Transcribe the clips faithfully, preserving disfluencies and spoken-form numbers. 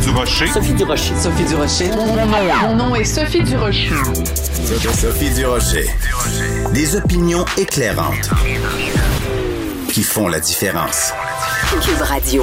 Durocher. Sophie Durocher. Sophie Durocher. Mon nom est Sophie Durocher. Sophie Durocher. Des opinions éclairantes qui font la différence. Cube Radio.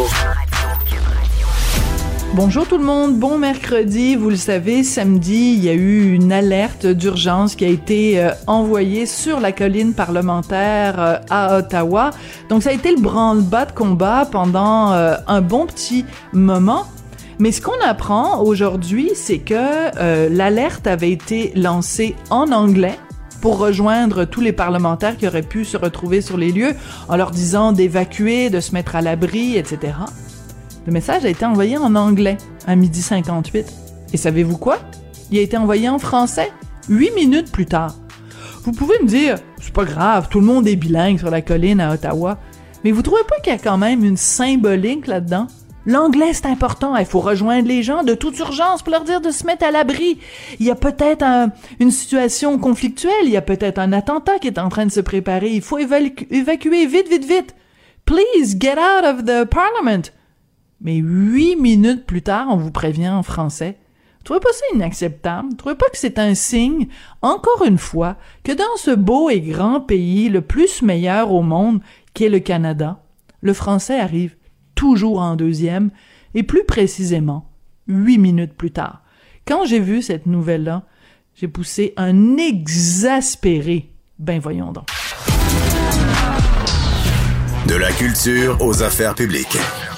Bonjour tout le monde, bon mercredi. Vous le savez, samedi, il y a eu une alerte d'urgence qui a été euh, envoyée sur la colline parlementaire euh, à Ottawa. Donc ça a été le branle-bas de combat pendant euh, un bon petit moment. Mais ce qu'on apprend aujourd'hui, c'est que euh, l'alerte avait été lancée en anglais pour rejoindre tous les parlementaires qui auraient pu se retrouver sur les lieux en leur disant d'évacuer, de se mettre à l'abri, et cetera. Le message a été envoyé en anglais à midi cinquante-huit. Et savez-vous quoi? Il a été envoyé en français huit minutes plus tard. Vous pouvez me dire, c'est pas grave, tout le monde est bilingue sur la colline à Ottawa. Mais vous trouvez pas qu'il y a quand même une symbolique là-dedans? L'anglais, c'est important. Il faut rejoindre les gens de toute urgence pour leur dire de se mettre à l'abri. Il y a peut-être un, une situation conflictuelle. Il y a peut-être un attentat qui est en train de se préparer. Il faut évacu- évacuer vite, vite, vite. Please, get out of the parliament. Mais huit minutes plus tard, on vous prévient en français. Vous trouvez pas ça inacceptable? Vous trouvez pas que c'est un signe, encore une fois, que dans ce beau et grand pays, le plus meilleur au monde, qu'est le Canada, le français arrive toujours en deuxième, et plus précisément, huit minutes plus tard. Quand j'ai vu cette nouvelle-là, j'ai poussé un exaspéré. Ben voyons donc. De la culture aux affaires publiques.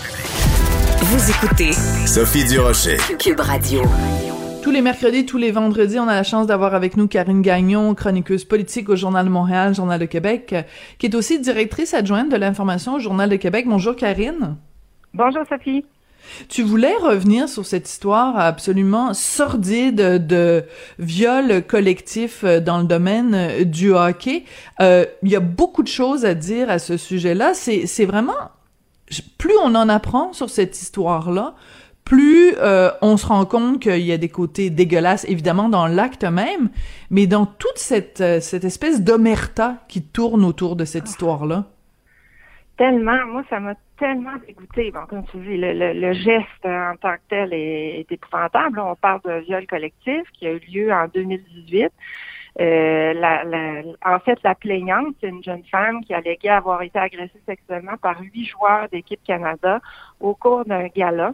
Vous écoutez Sophie Durocher. Cube Radio. Tous les mercredis, tous les vendredis, on a la chance d'avoir avec nous Karine Gagnon, chroniqueuse politique au Journal de Montréal, Journal de Québec, qui est aussi directrice adjointe de l'information au Journal de Québec. Bonjour Karine. Bonjour Sophie. Tu voulais revenir sur cette histoire absolument sordide de viol collectif dans le domaine du hockey. Euh, il y a beaucoup de choses à dire à ce sujet-là. C'est, c'est vraiment... Plus on en apprend sur cette histoire-là, plus euh, on se rend compte qu'il y a des côtés dégueulasses, évidemment, dans l'acte même, mais dans toute cette, euh, cette espèce d'omerta qui tourne autour de cette histoire-là. Tellement, moi, ça m'a tellement dégoûtée. Bon, comme tu dis, le, le, le geste en tant que tel est, est épouvantable. On parle d'un viol collectif qui a eu lieu en deux mille dix-huit. Euh, la, la, en fait, la plaignante, c'est une jeune femme qui alléguait avoir été agressée sexuellement par huit joueurs d'équipe Canada au cours d'un gala.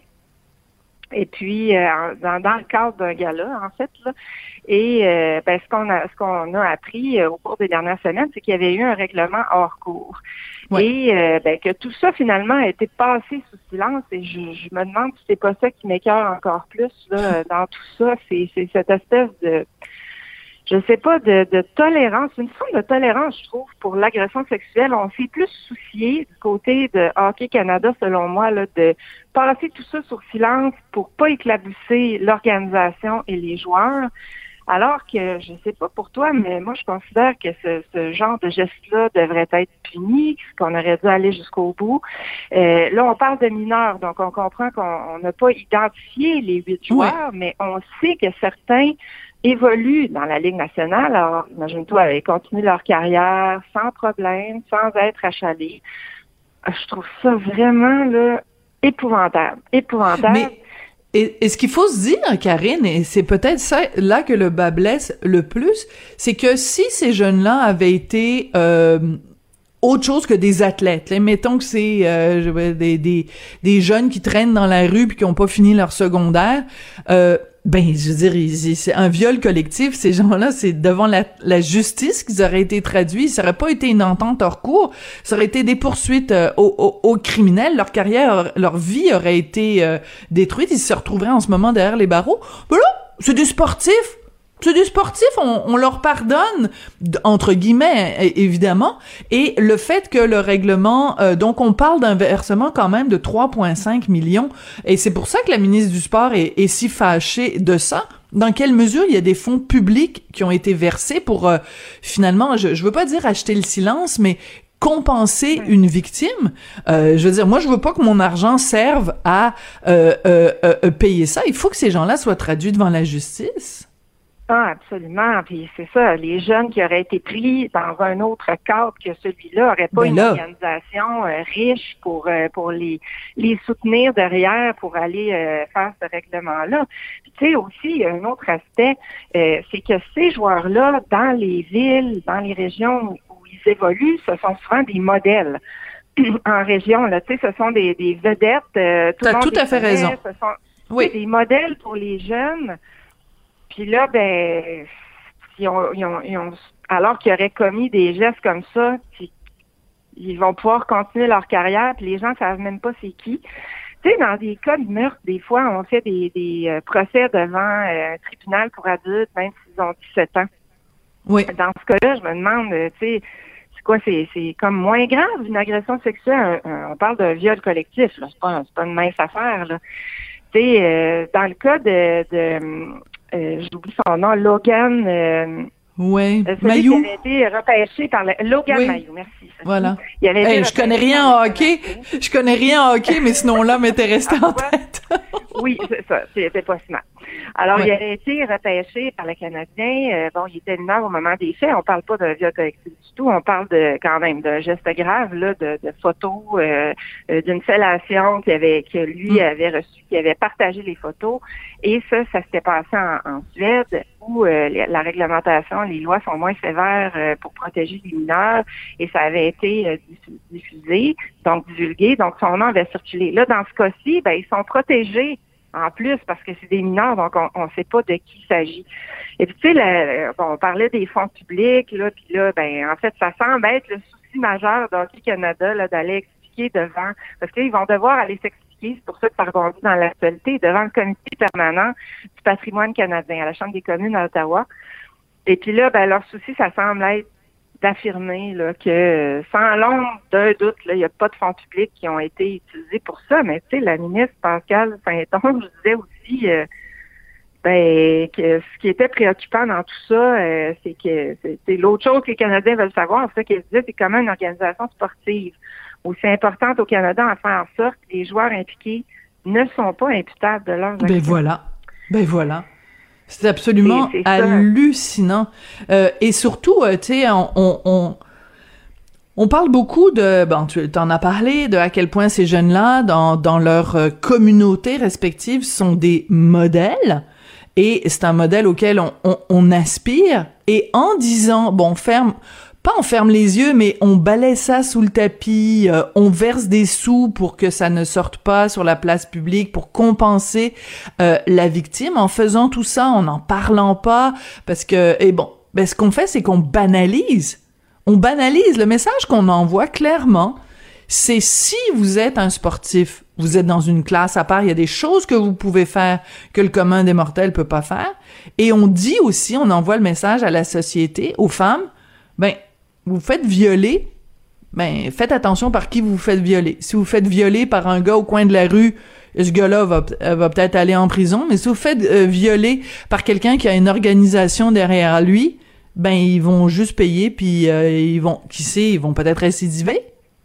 Et puis, euh, dans, dans le cadre d'un gala, en fait, là, et euh, ben, ce qu'on a, ce qu'on a appris euh, au cours des dernières semaines, c'est qu'il y avait eu un règlement hors cours. Ouais. Et euh, ben, que tout ça, finalement, a été passé sous silence. Et je, je me demande si c'est pas ça qui m'écœure encore plus là, dans tout ça. C'est, c'est cette espèce de... je sais pas, de, de tolérance, une forme de tolérance, je trouve, pour l'agression sexuelle. On s'est plus soucié du côté de Hockey Canada, selon moi, là, de passer tout ça sur silence pour pas éclabousser l'organisation et les joueurs. Alors que, je sais pas pour toi, mais moi, je considère que ce, ce genre de geste-là devrait être puni, qu'on aurait dû aller jusqu'au bout. Euh, là, on parle de mineurs, donc on comprend qu'on n'a pas identifié les huit joueurs, oui. Mais on sait que certains évoluent dans la Ligue nationale. Alors, imagine-toi, ils continuent leur carrière sans problème, sans être achalés. Je trouve ça vraiment, là, épouvantable. Épouvantable. Mais... Et, et ce qu'il faut se dire, Karine, et c'est peut-être ça là que le bas blesse le plus, c'est que si ces jeunes-là avaient été euh, autre chose que des athlètes, là, mettons que c'est euh, des, des des jeunes qui traînent dans la rue puis qui ont pas fini leur secondaire, euh, ben je veux dire, c'est un viol collectif. Ces gens-là, c'est devant la, la justice qu'ils auraient été traduits. Ça aurait pas été une entente hors cours. Ça aurait été des poursuites euh, aux, aux, aux criminels. Leur carrière, leur vie aurait été euh, détruite. Ils se retrouveraient en ce moment derrière les barreaux. Ben là, c'est des sportifs. C'est des sportifs, on, on leur pardonne, entre guillemets, évidemment, et le fait que le règlement, euh, donc on parle d'un versement quand même de trois virgule cinq millions, et c'est pour ça que la ministre du Sport est, est si fâchée de ça. Dans quelle mesure il y a des fonds publics qui ont été versés pour, euh, finalement, je, je veux pas dire acheter le silence, mais compenser une victime? Euh, je veux dire, moi, je veux pas que mon argent serve à euh, euh, euh, payer ça. Il faut que ces gens-là soient traduits devant la justice. Ah, absolument. Puis c'est ça, les jeunes qui auraient été pris dans un autre cadre que celui-là n'auraient pas ben une là. organisation euh, riche pour euh, pour les les soutenir derrière pour aller euh, faire ce règlement-là. Puis tu sais aussi, un autre aspect, euh, c'est que ces joueurs-là, dans les villes, dans les régions où ils évoluent, ce sont souvent des modèles. En région, là, tu sais, ce sont des, des vedettes. Euh, tout T'as le monde tout à fait connaît, raison. Ce sont Oui. des modèles pour les jeunes. Puis là, ben, ils ont, ils ont, ils ont, alors qu'ils auraient commis des gestes comme ça, puis ils vont pouvoir continuer leur carrière, puis les gens ne savent même pas c'est qui. Tu sais, dans des cas de meurtre, des fois, on fait des, des euh, procès devant euh, un tribunal pour adultes, même s'ils ont dix-sept ans. Oui. Dans ce cas-là, je me demande, euh, tu sais, c'est quoi, c'est, c'est comme moins grave une agression sexuelle. Un, un, on parle d'un viol collectif, là. C'est pas, c'est pas une mince affaire, là. Tu sais, euh, dans le cas de, de Euh, j'oublie son nom, Logan. Euh, Oui, celui Mailloux. qui avait été repêché par le, Logan Oui. Mailloux, merci. Voilà. Il avait Hey, été je connais repêché rien par en le hockey. Canadien. Je connais rien en hockey, mais ce nom-là m'était resté en tête. Oui, c'est ça. C'était pas si mal. Alors, Ouais. il avait été repêché par le Canadien. Euh, bon, il était mineur au moment des faits. On parle pas d'un viol collectif du tout. On parle de quand même d'un geste grave, là, de, de photos, euh, euh, d'une fellation qu'il avait, que lui Mm. avait reçu, qu'il avait partagé les photos. Et ça, ça s'était passé en, en Suède, où euh, la réglementation, les lois sont moins sévères euh, pour protéger les mineurs. Et ça avait été euh, diffusé, donc divulgué. Donc, son nom avait circulé. Là, dans ce cas-ci, ben, ils sont protégés en plus, parce que c'est des mineurs, donc on ne sait pas de qui il s'agit. Et puis, tu sais, la, bon, on parlait des fonds publics, là, puis là, ben, en fait, ça semble être le souci majeur d'Hockey Canada, là, d'aller expliquer devant, parce qu'ils vont devoir aller s'expliquer, c'est pour ça que ça rebondit dans l'actualité, devant le comité permanent du patrimoine canadien, à la Chambre des communes à Ottawa. Et puis là, ben, leur souci, ça semble être d'affirmer là, que sans l'ombre d'un doute, là, il n'y a pas de fonds publics qui ont été utilisés pour ça. Mais tu sais, la ministre Pascale Saint-Onge disait aussi euh, ben, que ce qui était préoccupant dans tout ça, euh, c'est que c'est l'autre chose que les Canadiens veulent savoir, c'est ça qu'elle disait, c'est comment une organisation sportive aussi importante au Canada en faire en sorte que les joueurs impliqués ne sont pas imputables de leurs actions. Ben voilà. Ben voilà. C'est absolument C'est- c'est ça. hallucinant. Euh, et surtout, euh, tu sais, on, on, on, on parle beaucoup de, bon, tu en as parlé, de à quel point ces jeunes-là, dans, dans leur euh, communauté respective, sont des modèles. Et c'est un modèle auquel on, on, on aspire. Et en disant, bon, on ferme, pas on ferme les yeux, mais on balaie ça sous le tapis, euh, on verse des sous pour que ça ne sorte pas sur la place publique, pour compenser euh, la victime, en faisant tout ça, en n'en parlant pas, parce que, et bon, ben ce qu'on fait, c'est qu'on banalise. On banalise. Le message qu'on envoie clairement, c'est si vous êtes un sportif, vous êtes dans une classe à part, il y a des choses que vous pouvez faire que le commun des mortels peut pas faire, et on dit aussi, on envoie le message à la société, aux femmes, ben, vous faites violer, ben, faites attention par qui vous vous faites violer. Si vous vous faites violer par un gars au coin de la rue, ce gars-là va, va peut-être aller en prison, mais si vous faites euh, violer par quelqu'un qui a une organisation derrière lui, ben, ils vont juste payer, puis euh, ils vont, qui sait, ils vont peut-être récidiver.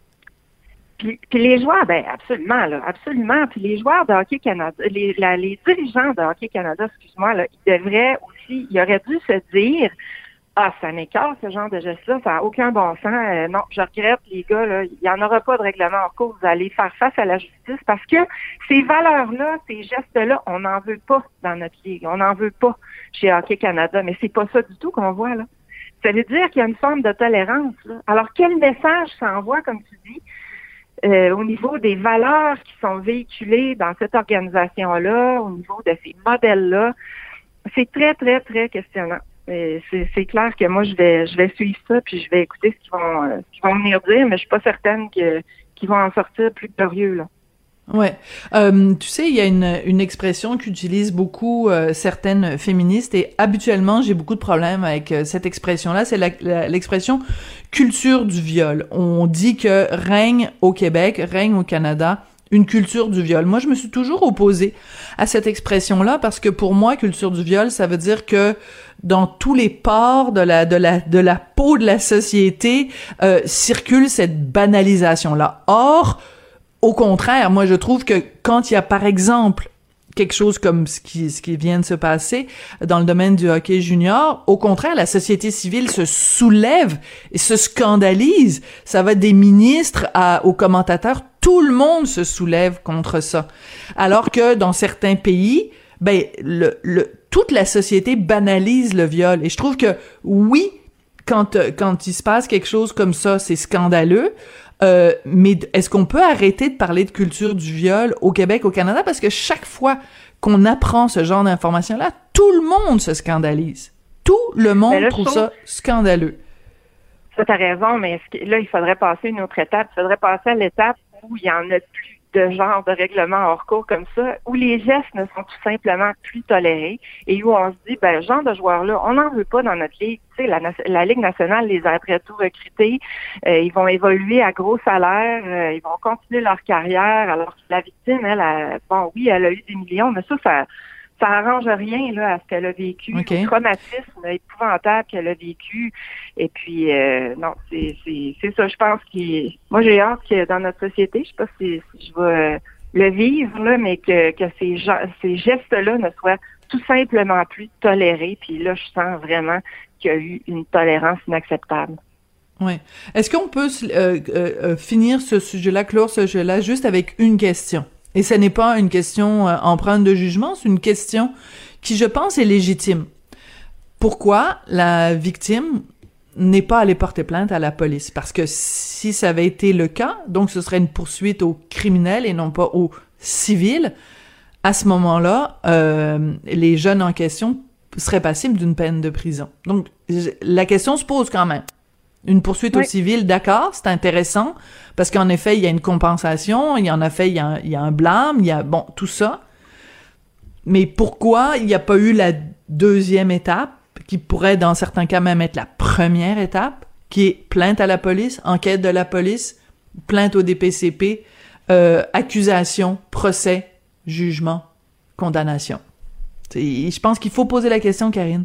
Puis, puis les joueurs, ben absolument, là, absolument. Puis les joueurs de Hockey Canada, les, la, les dirigeants de Hockey Canada, excuse-moi, là, ils devraient aussi, ils auraient dû se dire, ah, ça m'écarte ce genre de geste-là, ça n'a aucun bon sens. Euh, non, je regrette, les gars, là, il n'y en aura pas de règlement en cours, vous allez faire face à la justice parce que ces valeurs-là, ces gestes-là, on n'en veut pas dans notre ligue, on n'en veut pas chez Hockey Canada, mais c'est pas ça du tout qu'on voit, là. Ça veut dire qu'il y a une forme de tolérance, là. Alors, quel message ça envoie, comme tu dis, Euh, au niveau des valeurs qui sont véhiculées dans cette organisation-là, au niveau de ces modèles-là, c'est très, très, très questionnant. Et c'est, c'est clair que moi, je vais je vais suivre ça, puis je vais écouter ce qu'ils vont, euh, ce qu'ils vont venir dire, mais je suis pas certaine que, qu'ils vont en sortir plus glorieux, là. Ouais. Euh, tu sais, il y a une, une expression qu'utilisent beaucoup euh, certaines féministes et habituellement, j'ai beaucoup de problèmes avec euh, cette expression-là. C'est la, la, l'expression culture du viol. On dit que règne au Québec, règne au Canada, une culture du viol. Moi, je me suis toujours opposée à cette expression-là parce que pour moi, culture du viol, ça veut dire que dans tous les pores de la de la de la peau de la société euh, circule cette banalisation-là. Or, au contraire, moi, je trouve que quand il y a, par exemple, quelque chose comme ce qui ce qui vient de se passer dans le domaine du hockey junior. Au contraire, la société civile se soulève et se scandalise. Ça va des ministres à, aux commentateurs. Tout le monde se soulève contre ça. Alors que dans certains pays, ben, le, le, toute la société banalise le viol. Et je trouve que, oui, quand, quand il se passe quelque chose comme ça, c'est scandaleux. Euh, mais est-ce qu'on peut arrêter de parler de culture du viol au Québec, au Canada? Parce que chaque fois qu'on apprend ce genre d'informations-là, tout le monde se scandalise. Tout le monde là, trouve trouve... ça scandaleux. Ça, t'as raison, mais là, il faudrait passer une autre étape. Il faudrait passer à l'étape où il y en a plus de genre de règlement hors cours comme ça, où les gestes ne sont tout simplement plus tolérés et où on se dit, ben, ce genre de joueurs-là, on n'en veut pas dans notre ligue. Tu sais, la, la Ligue nationale les a après tout recrutés. Euh, ils vont évoluer à gros salaires, euh, ils vont continuer leur carrière, alors que la victime, elle, a, bon, oui, elle a eu des millions, mais ça, ça ça arrange rien là à ce qu'elle a vécu, okay. au traumatisme épouvantable qu'elle a vécu. Et puis euh, non, c'est c'est c'est ça, je pense que moi j'ai hâte que dans notre société, je sais pas si, si je vais euh, le vivre là, mais que que ces ces gestes-là ne soient tout simplement plus tolérés. Puis là, je sens vraiment qu'il y a eu une tolérance inacceptable. Oui. Est-ce qu'on peut euh, euh, finir ce sujet-là, clore ce sujet-là, juste avec une question? Et ce n'est pas une question euh, empreinte de jugement, c'est une question qui, je pense, est légitime. Pourquoi la victime n'est pas allée porter plainte à la police? Parce que si ça avait été le cas, donc ce serait une poursuite au criminel et non pas au civil, à ce moment-là, euh, les jeunes en question seraient passibles d'une peine de prison. Donc, la question se pose quand même. Une poursuite oui. au civil, d'accord, c'est intéressant, parce qu'en effet, il y a une compensation, il y en a fait, il y a, un, il y a un blâme, il y a, bon, tout ça. Mais pourquoi il n'y a pas eu la deuxième étape, qui pourrait, dans certains cas, même être la première étape, qui est plainte à la police, enquête de la police, plainte au D P C P, euh, accusation, procès, jugement, condamnation. C'est, je pense qu'il faut poser la question, Karine.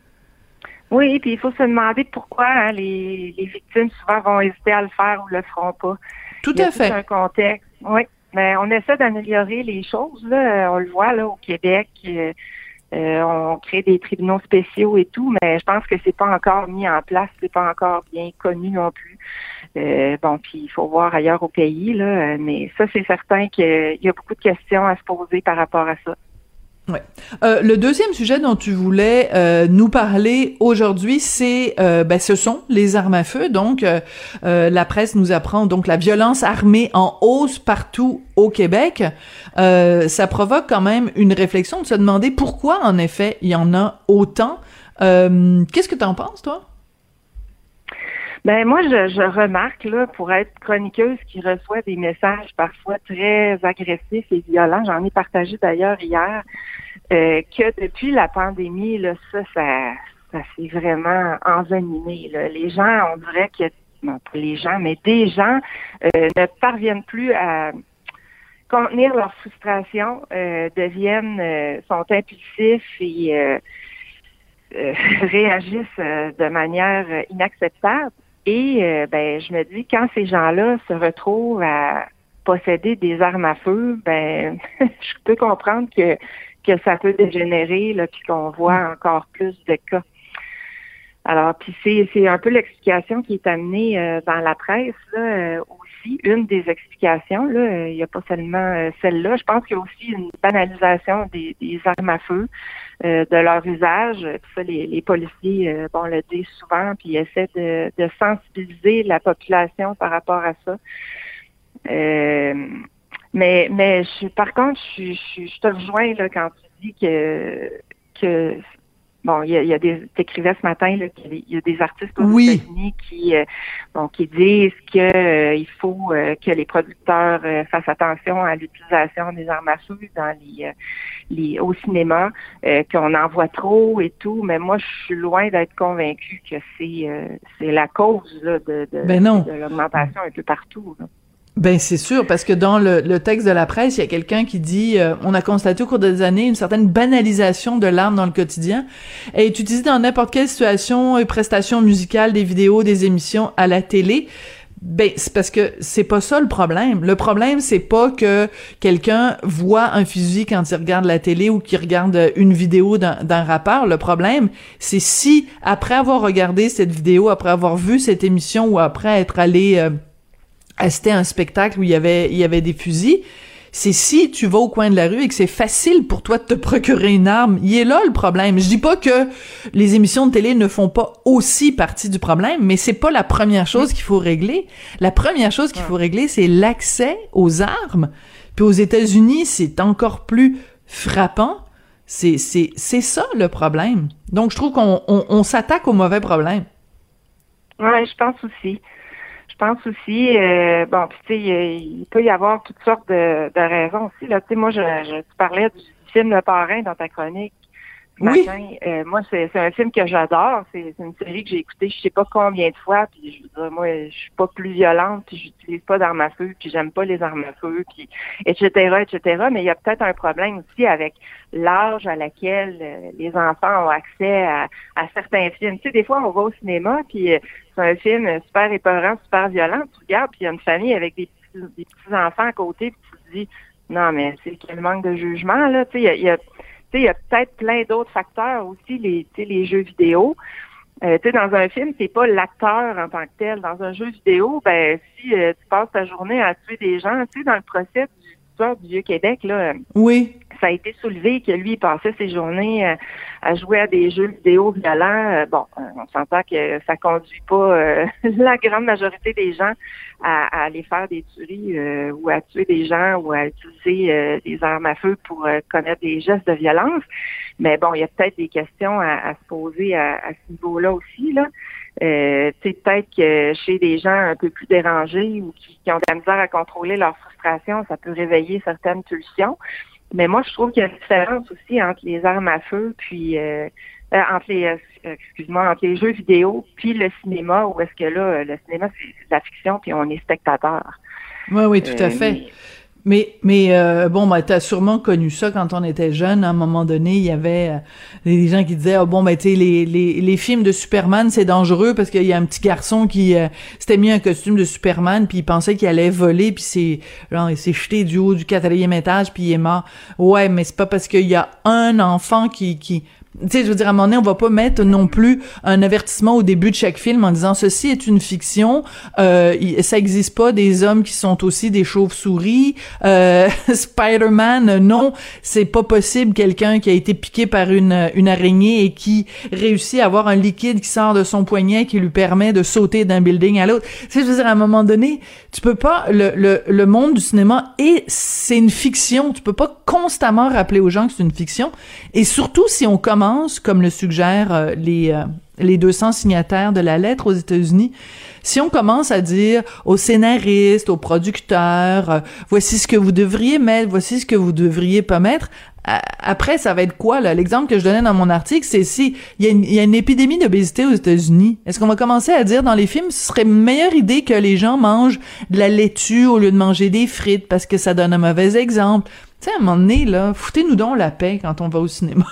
Oui, puis il faut se demander pourquoi hein, les, les victimes souvent vont hésiter à le faire ou le feront pas. Tout il y a à fait. Tout un contexte. Oui, mais on essaie d'améliorer les choses. Là, on le voit là au Québec. Euh, euh, on crée des tribunaux spéciaux et tout, mais je pense que c'est pas encore mis en place, c'est pas encore bien connu non plus. Euh, bon, puis il faut voir ailleurs au pays là, mais ça c'est certain qu'il y a beaucoup de questions à se poser par rapport à ça. Ouais. Euh, le deuxième sujet dont tu voulais euh, nous parler aujourd'hui, c'est euh, ben ce sont les armes à feu. Donc, euh, euh, la presse nous apprend donc la violence armée en hausse partout au Québec. Euh, ça provoque quand même une réflexion de se demander pourquoi, en effet, il y en a autant. Euh, qu'est-ce que t'en penses, toi? Ben moi, je, je remarque là, pour être chroniqueuse qui reçoit des messages parfois très agressifs et violents. J'en ai partagé d'ailleurs hier euh, que depuis la pandémie, là, ça, ça, ça s'est vraiment envenimé. Là. Les gens, on dirait que non pas les gens, mais des gens euh, ne parviennent plus à contenir leur frustration, euh, deviennent, euh, sont impulsifs et euh, euh, réagissent euh, de manière inacceptable. Et euh, ben, je me dis, quand ces gens-là se retrouvent à posséder des armes à feu, ben, je peux comprendre que que ça peut dégénérer, là, puis qu'on voit encore plus de cas. Alors, puis c'est c'est un peu l'explication qui est amenée euh, dans la presse là euh, aussi. Une des explications là, il n'y a pas seulement euh, celle-là. Je pense qu'il y a aussi une banalisation des, des armes à feu, euh, de leur usage. Puis ça, les, les policiers, euh, bon, le disent souvent, puis ils essaient de, de sensibiliser la population par rapport à ça. Euh, mais mais je, par contre, je, je, je te rejoins là quand tu dis que que bon, il y a, il y a des, t'écrivais ce matin là qu'il y a des artistes aux oui. États-Unis qui, euh, bon, qui disent que euh, il faut euh, que les producteurs euh, fassent attention à l'utilisation des armes à feu dans les, euh, les au cinéma, euh, qu'on en voit trop et tout. Mais moi, je suis loin d'être convaincue que c'est euh, c'est la cause là, de de, ben non. de l'augmentation un peu partout. Là. Ben c'est sûr, parce que dans le, le texte de la presse, il y a quelqu'un qui dit euh, on a constaté au cours des années une certaine banalisation de l'arme dans le quotidien. Elle est utilisée dans n'importe quelle situation, une prestation musicale, des vidéos, des émissions à la télé. Ben, c'est parce que c'est pas ça le problème. Le problème, c'est pas que quelqu'un voit un fusil quand il regarde la télé ou qu'il regarde une vidéo d'un, d'un rappeur. Le problème, c'est si, après avoir regardé cette vidéo, après avoir vu cette émission ou après être allé euh, assister à un spectacle où il y avait, il y avait des fusils, c'est si tu vas au coin de la rue et que c'est facile pour toi de te procurer une arme. Il est là le problème. Je dis pas que les émissions de télé ne font pas aussi partie du problème, mais c'est pas la première chose qu'il faut régler. La première chose qu'il faut régler, c'est l'accès aux armes. Puis aux États-Unis, c'est encore plus frappant. C'est, c'est, c'est ça le problème. Donc, je trouve qu'on on, on s'attaque au mauvais problème. Ouais, je pense aussi. Je pense aussi, euh, bon, puis tu sais, il peut y avoir toutes sortes de, de raisons aussi. Là, tu sais, moi, je, je tu parlais du film Le Parrain dans ta chronique ce oui. matin. Euh, moi, c'est, c'est un film que j'adore. C'est, c'est une série que j'ai écoutée, je sais pas combien de fois. Puis je veux dire, moi, je suis pas plus violente, puis j'utilise pas d'armes à feu, puis j'aime pas les armes à feu, puis et cetera, et cetera. Mais il y a peut-être un problème aussi avec l'âge à laquelle euh, les enfants ont accès à, à certains films. Tu sais, des fois, on va au cinéma, puis euh, c'est un film super épeurant, super violent. Tu regardes, puis il y a une famille avec des petits, des petits enfants à côté, puis tu te dis, non, mais c'est quel manque de jugement, là. Tu sais, il y a, il y a, tu sais, il y a peut-être plein d'autres facteurs aussi, les, tu sais, les jeux vidéo. Euh, tu sais, dans un film, c'est pas l'acteur en tant que tel. Dans un jeu vidéo, ben, si euh, tu passes ta journée à tuer des gens, tu sais, dans le procès du tueur du Vieux-Québec, là. Oui. Ça a été soulevé que lui, il passait ses journées à, à jouer à des jeux vidéo violents. Euh, bon, on s'entend que ça conduit pas euh, la grande majorité des gens à, à aller faire des tueries euh, ou à tuer des gens ou à utiliser euh, des armes à feu pour euh, commettre des gestes de violence. Mais bon, il y a peut-être des questions à, à se poser à, à ce niveau-là aussi, là. Euh, tu sais, peut-être que chez des gens un peu plus dérangés ou qui, qui ont de la misère à contrôler leur frustration, ça peut réveiller certaines pulsions. Mais moi, je trouve qu'il y a une différence aussi entre les armes à feu, puis euh, euh, entre les, euh, excuse-moi, entre les jeux vidéo, puis le cinéma, où est-ce que là, le cinéma, c'est, c'est de la fiction, puis on est spectateur. Oui, oui, tout à fait. Mais... Mais, mais euh, bon, ben, t'as sûrement connu ça quand on était jeune. À un moment donné, il y avait euh, des gens qui disaient, oh, bon, ben, tu sais, les, les, les films de Superman, c'est dangereux parce qu'il y a un petit garçon qui euh, s'était mis un costume de Superman, puis il pensait qu'il allait voler, puis c'est, genre, il s'est jeté du haut du quatrième étage, puis il est mort. Ouais, mais c'est pas parce qu'il y a un enfant qui, qui, tu sais, je veux dire, à un moment donné, on va pas mettre non plus un avertissement au début de chaque film en disant ceci est une fiction, euh, ça existe pas des hommes qui sont aussi des chauves-souris, euh, Spider-Man, non, c'est pas possible quelqu'un qui a été piqué par une, une araignée et qui réussit à avoir un liquide qui sort de son poignet qui lui permet de sauter d'un building à l'autre. Tu sais, je veux dire, à un moment donné, tu peux pas, le, le, le monde du cinéma, et c'est une fiction, tu peux pas constamment rappeler aux gens que c'est une fiction, et surtout si on commence comme le suggèrent euh, les euh, les deux cents signataires de la lettre aux États-Unis, si on commence à dire aux scénaristes, aux producteurs, euh, voici ce que vous devriez mettre, voici ce que vous devriez pas mettre, euh, après ça va être quoi là? L'exemple que je donnais dans mon article, c'est si il y a une, il y a une épidémie d'obésité aux États-Unis, est-ce qu'on va commencer à dire dans les films, ce serait une meilleure idée que les gens mangent de la laitue au lieu de manger des frites parce que ça donne un mauvais exemple? Tu sais, à un moment donné, là, foutez-nous donc la paix quand on va au cinéma.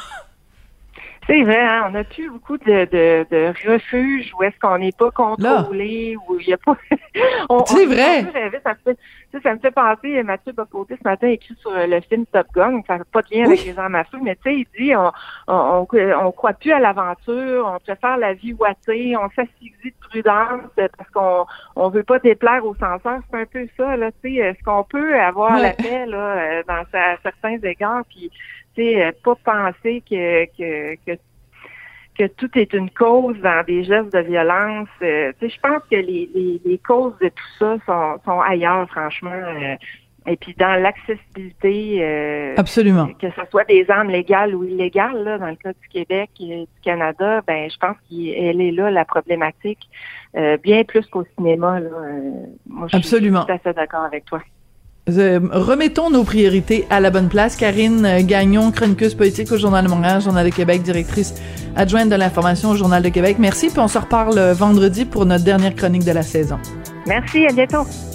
C'est vrai, hein, on n'a plus beaucoup de, de, de refuges où est-ce qu'on n'est pas contrôlé, là. Où il n'y a pas... on, c'est on, vrai! On rêver, ça, me fait, ça me fait penser, Mathieu Bocoté ce matin écrit sur le film Top Gun, ça n'a pas de lien oui. avec les armes à feu, mais tu sais, il dit on, on, on, on croit plus à l'aventure, on préfère la vie ouatée, on s'assixie de prudence parce qu'on on veut pas déplaire aux censeurs, c'est un peu ça, là, tu sais, est-ce qu'on peut avoir ouais. la paix, là, dans à certains égards, puis tu sais, pas penser que, que, que, que tout est une cause dans des gestes de violence. Euh, tu sais, je pense que les, les, les causes de tout ça sont, sont ailleurs, franchement. Euh, et puis dans l'accessibilité, euh, absolument, que ce soit des armes légales ou illégales, là, dans le cas du Québec et du Canada, ben je pense qu'elle est là la problématique, euh, bien plus qu'au cinéma. Là. Euh, moi, je absolument. suis tout à fait d'accord avec toi. Euh, remettons nos priorités à la bonne place. Karine Gagnon, chroniqueuse politique au Journal de Montréal, Journal de Québec, directrice adjointe de l'information au Journal de Québec. Merci, puis on se reparle vendredi pour notre dernière chronique de la saison. Merci, à bientôt.